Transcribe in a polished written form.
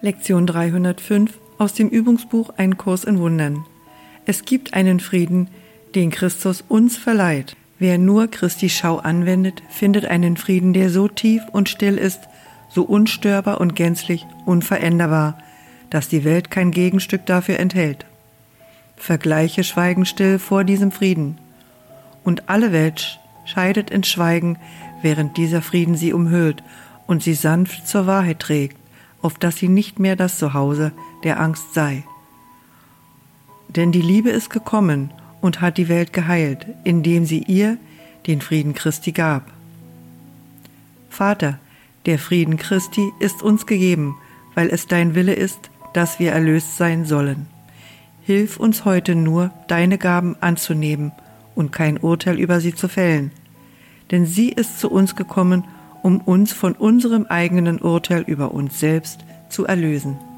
Lektion 305 aus dem Übungsbuch Ein Kurs in Wundern. Es gibt einen Frieden, den Christus uns verleiht. Wer nur Christi Schau anwendet, findet einen Frieden, der so tief und still ist, so unstörbar und gänzlich unveränderbar, dass die Welt kein Gegenstück dafür enthält. Vergleiche schweigen still vor diesem Frieden. Und alle Welt scheidet in Schweigen, während dieser Frieden sie umhüllt und sie sanft zur Wahrheit trägt, auf dass sie nicht mehr das Zuhause der Angst sei. Denn die Liebe ist gekommen und hat die Welt geheilt, indem sie ihr den Frieden Christi gab. Vater, der Frieden Christi ist uns gegeben, weil es dein Wille ist, dass wir erlöst sein sollen. Hilf uns heute nur, deine Gaben anzunehmen und kein Urteil über sie zu fällen. Denn sie ist zu uns gekommen, um uns von unserem eigenen Urteil über uns selbst zu erlösen.